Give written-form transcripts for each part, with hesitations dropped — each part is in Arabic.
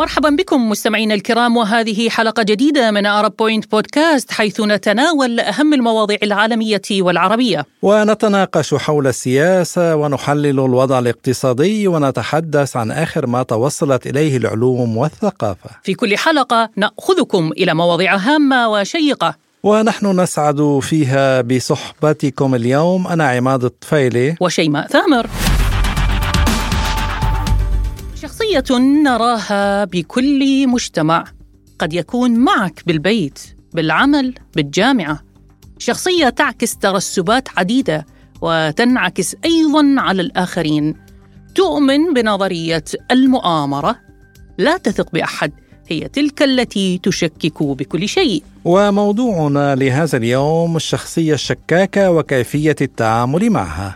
مرحبا بكم مستمعينا الكرام، وهذه حلقة جديدة من أرب بوينت بودكاست، حيث نتناول أهم المواضيع العالمية والعربية ونتناقش حول السياسة ونحلل الوضع الاقتصادي ونتحدث عن آخر ما توصلت إليه العلوم والثقافة. في كل حلقة نأخذكم إلى مواضيع هامة وشيقة، ونحن نسعد فيها بصحبتكم اليوم. أنا عماد الطفيلي وشيماء ثامر. شخصية نراها بكل مجتمع، قد يكون معك بالبيت، بالعمل، بالجامعة. شخصية تعكس ترسبات عديدة وتنعكس أيضاً على الآخرين. تؤمن بنظرية المؤامرة، لا تثق بأحد، هي تلك التي تشكك بكل شيء. وموضوعنا لهذا اليوم الشخصية الشكاكة وكيفية التعامل معها.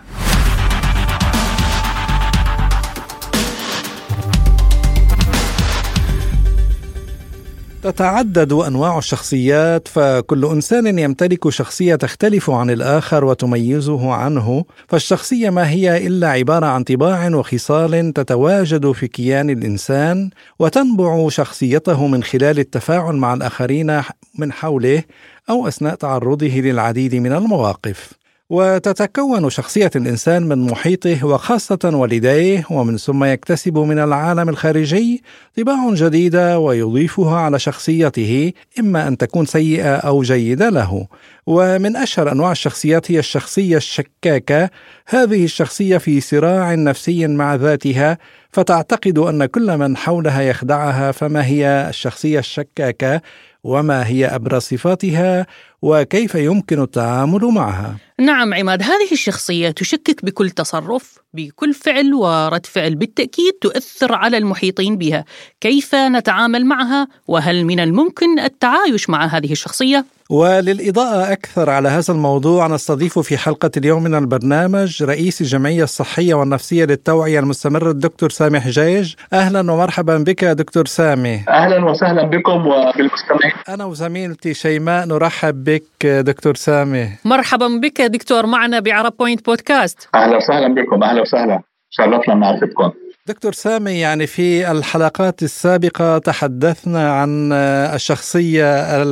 تتعدد أنواع الشخصيات، فكل إنسان يمتلك شخصية تختلف عن الآخر وتميزه عنه. فالشخصية ما هي إلا عبارة عن طباع وخصال تتواجد في كيان الإنسان، وتنبع شخصيته من خلال التفاعل مع الآخرين من حوله أو أثناء تعرضه للعديد من المواقف. وتتكون شخصية الإنسان من محيطه وخاصة والديه، ومن ثم يكتسب من العالم الخارجي طباع جديدة ويضيفها على شخصيته، إما أن تكون سيئة أو جيدة له. ومن أشهر أنواع الشخصيات هي الشخصية الشكاكة. هذه الشخصية في صراع نفسي مع ذاتها، فتعتقد أن كل من حولها يخدعها. فما هي الشخصية الشكاكة؟ وما هي أبرز صفاتها؟ وكيف يمكن التعامل معها؟ نعم عماد، هذه الشخصية تشكك بكل تصرف، بكل فعل ورد فعل، بالتأكيد تؤثر على المحيطين بها. كيف نتعامل معها؟ وهل من الممكن التعايش مع هذه الشخصية؟ وللإضاءة أكثر على هذا الموضوع نستضيف في حلقة اليوم من البرنامج رئيس الجمعية الصحية والنفسية للتوعية المستمرة الدكتور سامي حجيج. أهلا ومرحبا بك دكتور سامي. أهلا وسهلا بكم وبالمستمعين. أنا وزميلتي شيماء نرحب بك دكتور سامي. مرحبا بك دكتور معنا بعرب بوينت بودكاست. أهلا وسهلا بكم. أهلا وسهلا، شرفنا معرفتكم. دكتور سامي، يعني في الحلقات السابقة تحدثنا عن الشخصية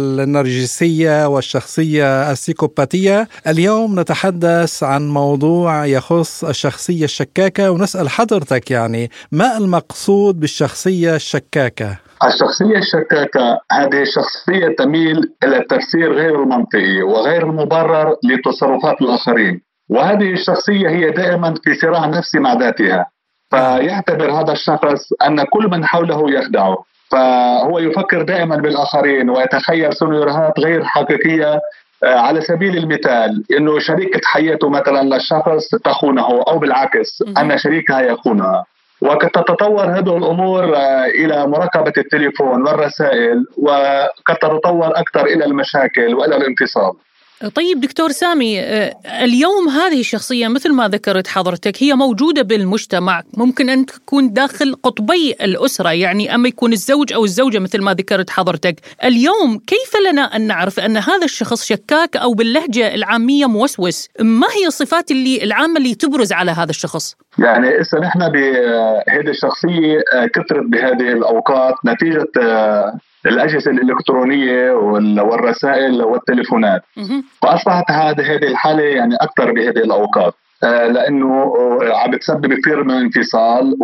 النرجسية والشخصية السيكوباتية. اليوم نتحدث عن موضوع يخص الشخصية الشكاكة، ونسأل حضرتك يعني ما المقصود بالشخصية الشكاكة؟ الشخصية الشكاكة هذه شخصية تميل إلى التفسير غير المنطقي وغير المبرر لتصرفات الآخرين، وهذه الشخصية هي دائما في صراع نفسي مع ذاتها. فيعتبر هذا الشخص أن كل من حوله يخدعه، فهو يفكر دائما بالآخرين ويتخيل سيناريوهات غير حقيقية. على سبيل المثال إنه شريكة حياته مثلا للشخص تخونه، أو بالعكس أن شريكها يخونها. وقد تتطور هذه الأمور إلى مراقبة التليفون والرسائل، وقد تتطور أكثر إلى المشاكل وإلى الانفصال. طيب دكتور سامي، اليوم هذه الشخصية مثل ما ذكرت حضرتك هي موجودة بالمجتمع، ممكن أن تكون داخل قطبي الأسرة، يعني أما يكون الزوج أو الزوجة مثل ما ذكرت حضرتك. اليوم كيف لنا أن نعرف أن هذا الشخص شكاك أو باللهجة العامية موسوس؟ ما هي الصفات العامة اللي تبرز على هذا الشخص؟ يعني إذا نحن بهذه الشخصية كثرت بهذه الأوقات نتيجة الأجهزة الإلكترونية والرسائل والتليفونات، فأصبحت هذه الحالة يعني أكثر بهذه الأوقات، لأنه عم بتسبب كثير من الانفصال،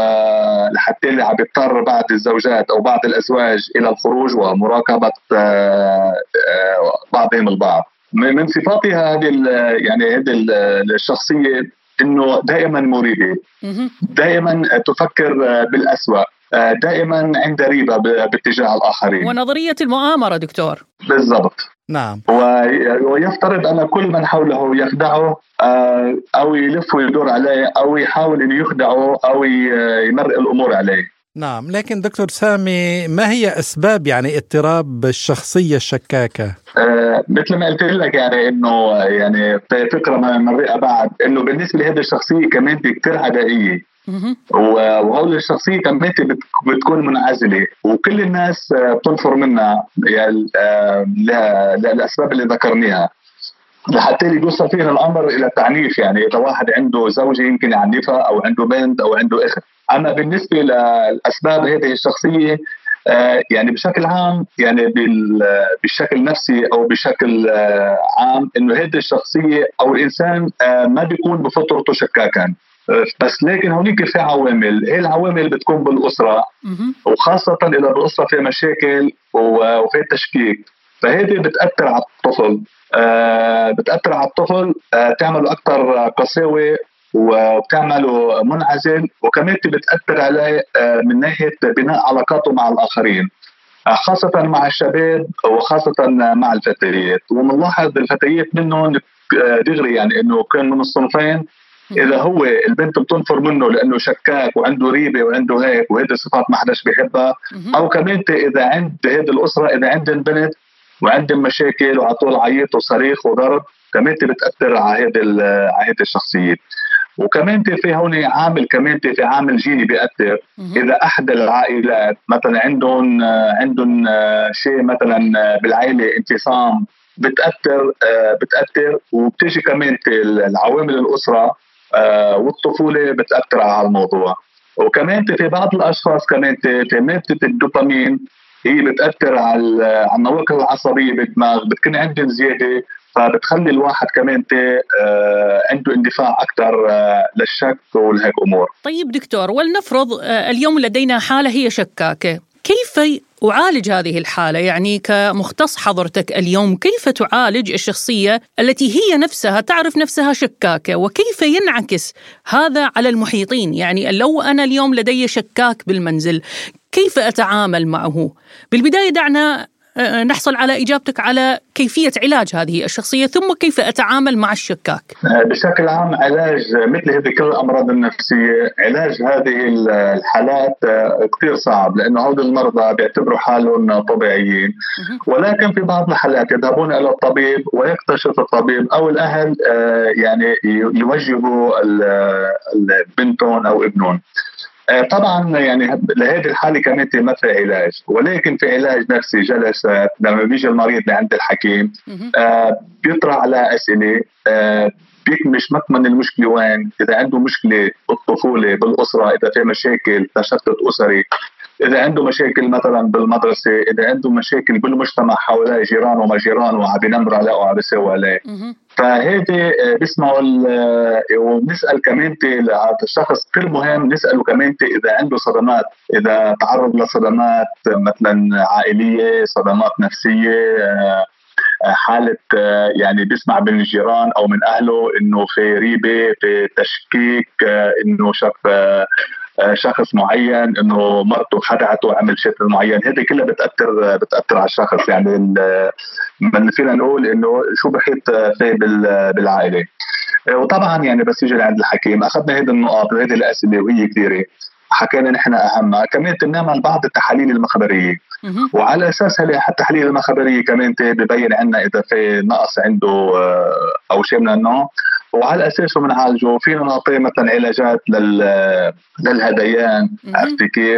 وحتى اللي عم بيضطر بعض الزوجات أو بعض الأزواج إلى الخروج ومراقبة بعضهم البعض. من صفاتها هذه يعني هذه الشخصية إنه دائما مريبة، دائما تفكر بالأسوأ، دائما عند ريبة باتجاه الآخرين، ونظرية المؤامرة دكتور. بالضبط. نعم. ويفترض أن كل من حوله يخدعه، أو يلف ويدور عليه، أو يحاول أن يخدعه، أو يمرق الأمور عليه. نعم، لكن دكتور سامي ما هي أسباب يعني اضطراب الشخصية الشكاكة؟ مثل ما قلت لك يعني إنه يعني فكرة مرئة بعد إنه بالنسبة لهذه الشخصية كمان كتير عدائية، وهول الشخصية كمان بتكون منعزلة، وكل الناس بتنفر منها يعني للأسباب اللي ذكرناها، لحتى يوصل فيها الأمر إلى التعنيف. يعني إذا واحد عنده زوجة يمكن يعنفها، أو عنده بنت، أو عنده أخت، أما بالنسبة للأسباب هذه الشخصية، يعني بشكل عام، يعني بالشكل النفسي أو بشكل عام، إنه هذه الشخصية أو الإنسان ما بيكون بفطرته شكاكا. بس لكن هونيك في عوامل، هي العوامل بتكون بالأسرة، وخاصة إذا بالأسرة في مشاكل وفي تشكيك، فهذه بتأثر على الطفل. بتأثر على الطفل، تعمله أكثر قساوة وبتعمله منعزل، وكمان بتأثر عليه من ناحية بناء علاقاته مع الآخرين، خاصة مع الشباب وخاصة مع الفتيات. ومنلاحظ الفتيات منهم دغري، يعني إنه كان من الصنفين. إذا هو البنت بتنفر منه لأنه شكاك وعنده ريبة وعنده هيك وهذه صفات ما حداش بيحبها، أو كمان إذا عند هذه الأسرة إذا عندهم بنت وعندهم مشاكل وعلى طول عيط وصريخ وضرب، كمان بتأثر على هذه الشخصية. وكمان في هون عامل، كمان في عامل جيني بيأثر. إذا أحد العائلات مثلا عندهم شيء مثلا بالعائلة انفصام، بتأثر وبتيجي كمان العوامل الأسرة والطفولة بتأثر على الموضوع. وكمان في بعض الأشخاص كمان في مادة الدوبامين هي بتأثر على النواقل العصبية بالدماغ، بتكون عندهم زيادة، فبتخلي الواحد كمان عنده اندفاع أكثر للشك ولهيك أمور. طيب دكتور، ولنفرض اليوم لدينا حالة هي شكاكة، كيف أعالج هذه الحالة؟ يعني كمختص حضرتك اليوم، كيف تعالج الشخصية التي هي نفسها تعرف نفسها شكاكة، وكيف ينعكس هذا على المحيطين؟ يعني لو أنا اليوم لدي شكاك بالمنزل، كيف أتعامل معه؟ بالبداية دعنا نحصل على إجابتك على كيفية علاج هذه الشخصية، ثم كيف أتعامل مع الشكاك. بشكل عام، علاج مثل هذه كل الأمراض النفسية، علاج هذه الحالات كثير صعب، لأنه هؤلاء المرضى بيعتبروا حالهم طبيعيين. ولكن في بعض الحالات يذهبون إلى الطبيب، ويكتشف الطبيب أو الأهل يعني يوجهوا بنتهم أو ابنهم. طبعا يعني لهذه الحاله كمان ما في علاج، ولكن في علاج نفسي جلسات. لما بيجي المريض لعند الحكيم بيطرح على اسئله، بيكمش مكمن المشكله وين، اذا عنده مشكله بالطفوله بالاسره، اذا في مشاكل تشتت اسري، إذا عنده مشاكل مثلا بالمدرسة، إذا عنده مشاكل بالمجتمع حواليه، جيران وما جيران وعم بينمروا عليه وعم بيساووا عليه. فهذه بيسمعوا ونسأل كمان هذا الشخص كل مهم نسأله كمان إذا عنده صدمات، إذا تعرض لصدمات مثلا عائلية، صدمات نفسية، حالة يعني بيسمع من الجيران أو من أهله إنه في ريبة، في تشكيك، إنه شاف شخص معين، انه مرته خدعته وعمل شيء معين. هذه كلها بتاثر على الشخص. يعني من فينا نقول انه شو بحيط فيه بالعائله. وطبعا يعني بس يجي عند الحكيم اخذنا هذه النقاط وهذه الاسئله وهي كثيره، حكينا نحن اهمها. كمان بنعمل بعض التحاليل المخبريه، وعلى اساس التحاليل المخبريه كمان ببين عنا اذا في نقص عنده او شيء من النوع، وعلى اساسه بنعالجه. فينا نعطيه مثلا علاجات للهذيان، عرفت كيف،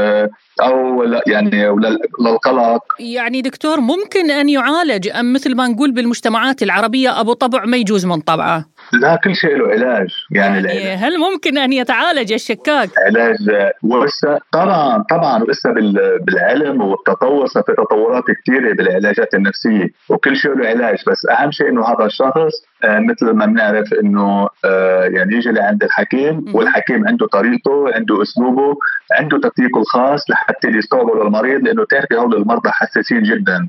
او يعني للقلق. يعني دكتور، ممكن ان يعالج، ام مثل ما نقول بالمجتمعات العربيه ابو طبع ما يجوز من طبعه؟ لا، كل شيء له علاج. يعني هل ممكن ان يتعالج الشكاك؟ علاج، ولسه طبعا ولسه بالعلم والتطور صار في تطورات كثيره بالعلاجات النفسيه، وكل شيء له علاج. بس اهم شيء انه هذا الشخص مثل ما بنعرف انه يعني يجي لعند الحكيم، والحكيم عنده طريقته، عنده اسلوبه، عنده تكتيكه الخاص لحتى يستوعبوا المريض. لانه تعرفي هؤلاء المرضى حساسين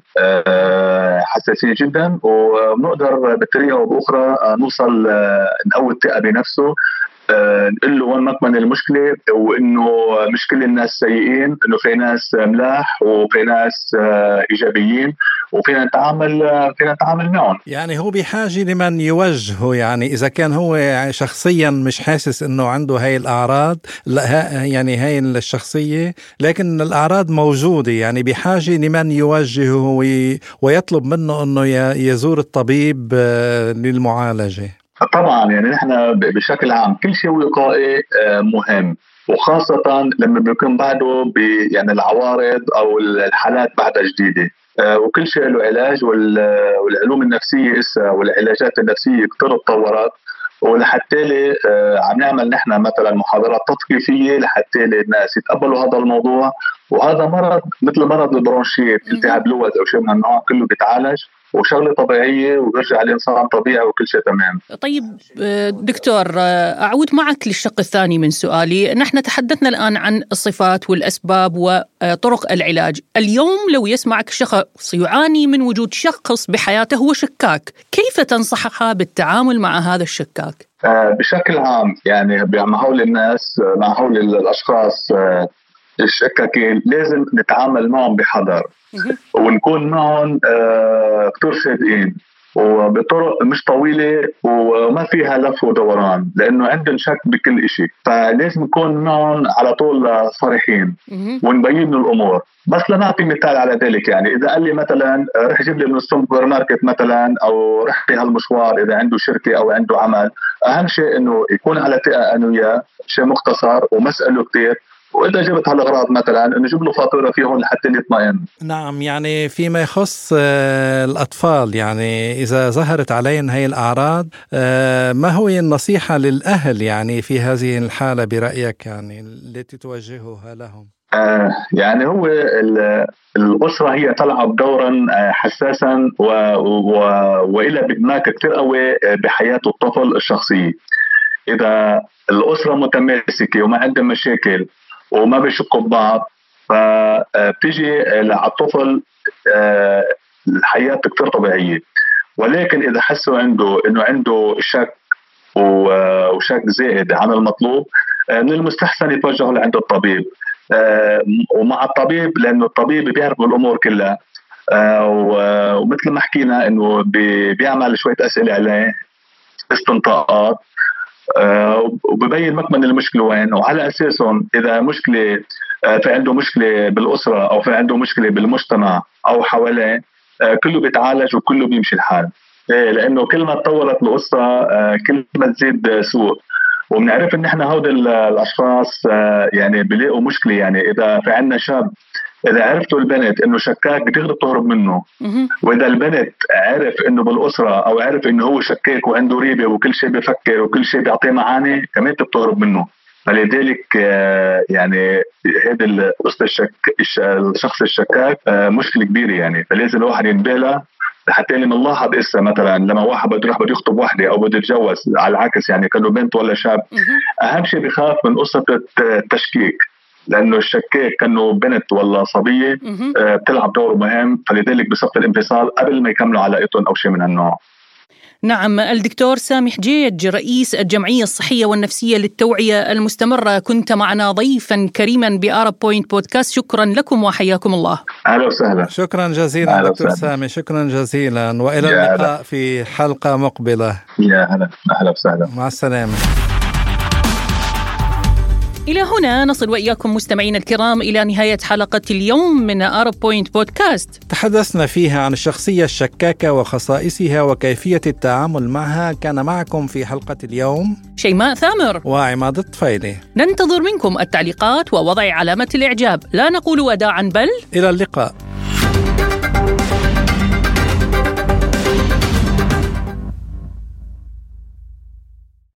جدا، وبنقدر بطريقه او باخرى نوصل نقوي الثقه بنفسه، نقول له وين مكمن المشكله، وانه مش كل الناس سيئين، انه في ناس ملاح وفي ناس ايجابيين، وفينا نتعامل معهم. يعني هو بحاجه لمن يوجهه. يعني اذا كان هو شخصيا مش حاسس انه عنده هاي الاعراض، يعني هاي الشخصيه، لكن الاعراض موجوده، يعني بحاجه لمن يوجهه ويطلب منه انه يزور الطبيب للمعالجه. طبعا يعني نحن بشكل عام كل شيء وقائي مهم، وخاصة لما بيكون بعده يعني العوارض أو الحالات بعدها جديدة. وكل شيء له علاج، والعلوم النفسية والعلاجات النفسية كثير تطورت، ولحتى عم نعمل نحن مثلا محاضرات تثقيفيه لحتى الناس يتقبلوا هذا الموضوع. وهذا مرض مثل مرض البرونشيت، التهاب لوز او شيء من النوع، كله بيتعالج وشغله طبيعيه وبيرجع الانسان طبيعي وكل شيء تمام. طيب دكتور، اعود معك للشق الثاني من سؤالي. نحن تحدثنا الان عن الصفات والاسباب وطرق العلاج. اليوم لو يسمعك شخص يعاني من وجود شخص بحياته هو شكاك، كيف تنصحها بالتعامل مع هذا الشكاك؟ بشكل عام يعني مع هول الناس، مع هول الاشخاص الشكاكين، لازم نتعامل معهم بحذر ونكون معهم كتير صادقين وبطرق مش طويلة وما فيها لف ودوران، لأنه عندهم شك بكل إشي. فلازم نكون معهم على طول صريحين ونبين الأمور. بس لنعطي مثال على ذلك، يعني إذا قال لي مثلا رح يجيب لي من السوبر ماركت مثلا، أو رح في هالمشوار، إذا عنده شركة أو عنده عمل، أهم شيء إنه يكون على ثقة أنا وياه، شيء مختصر ومسأله كتير. وإذا جبت هالأغراض مثلا نجيب له فاتورة فيهم لحتى يطمئن. نعم، يعني فيما يخص الأطفال، يعني إذا ظهرت عليهم هاي الأعراض، ما هو النصيحة للأهل يعني في هذه الحالة برأيك يعني التي توجهها لهم؟ يعني هو الأسرة هي تلعب دورا حساسا وإلى بدماغ كتير قوي بحياة الطفل الشخصية. إذا الأسرة متماسكة وما عندها مشاكل وما بيشكوا ببعض، فبتيجي على الطفل الحياة كتير طبيعية. ولكن إذا حسوا إنه عنده شك وشك زائد عن المطلوب، من المستحسن يتوجهوا لعند الطبيب. ومع الطبيب، لأنه الطبيب بيعرف الأمور كلها، ومثل ما حكينا إنه بيعمل شوية أسئلة عليه، استنطاقات، وببين مكمن المشكلة وين، وعلى أساسهم إذا مشكلة في عنده مشكلة بالأسرة أو في عنده مشكلة بالمجتمع أو حواليه، كله بيتعالج وكله بيمشي الحال. لأنه كل ما تطورت الأسرة كل ما تزيد سوء. وبنعرف إن إحنا هود الأشخاص يعني بيلاقوا مشكلة. يعني إذا في عنا شاب، إذا عرفتوا البنت إنه شكاك بتقدر تهرب منه، وإذا البنت عرف إنه بالأسرة أو عرف إنه هو شكاك وعنده ريبة وكل شيء بيفكر وكل شيء بيعطيه معاني، كمان بتهرب منه. فلذلك يعني هذا الشخص الشكاك مشكلة كبيرة يعني. فلازم الواحد ينتبه حتى اللي بنلاحظ إسا مثلا لما واحد بده يروح بده يخطب واحدة أو بده يتجوز، على العكس يعني كانوا بنت ولا شاب، أهم شيء بخاف من قصة التشكيك، لأنه الشكاك كأنه بنت ولا صبية بتلعب دور مهم. فلذلك بصف الانفصال قبل ما يكملوا علاقتهم أو شيء من هالنوع. نعم، الدكتور سامي حجيج، رئيس الجمعية الصحية والنفسية للتوعية المستمرة، كنت معنا ضيفا كريما بآرب بوينت بودكاست. شكرا لكم وحياكم الله. أهلا وسهلا. شكرا جزيلا دكتور سامي، شكرا جزيلا، وإلى اللقاء في حلقة مقبلة. يا هلا، أهلا وسهلا، مع السلامة. إلى هنا نصل وإياكم مستمعين الكرام إلى نهاية حلقة اليوم من آرب بوينت بودكاست. تحدثنا فيها عن الشخصية الشكاكة وخصائصها وكيفية التعامل معها. كان معكم في حلقة اليوم شيماء ثامر وعماد الطفيلي. ننتظر منكم التعليقات ووضع علامة الإعجاب. لا نقول وداعا بل إلى اللقاء.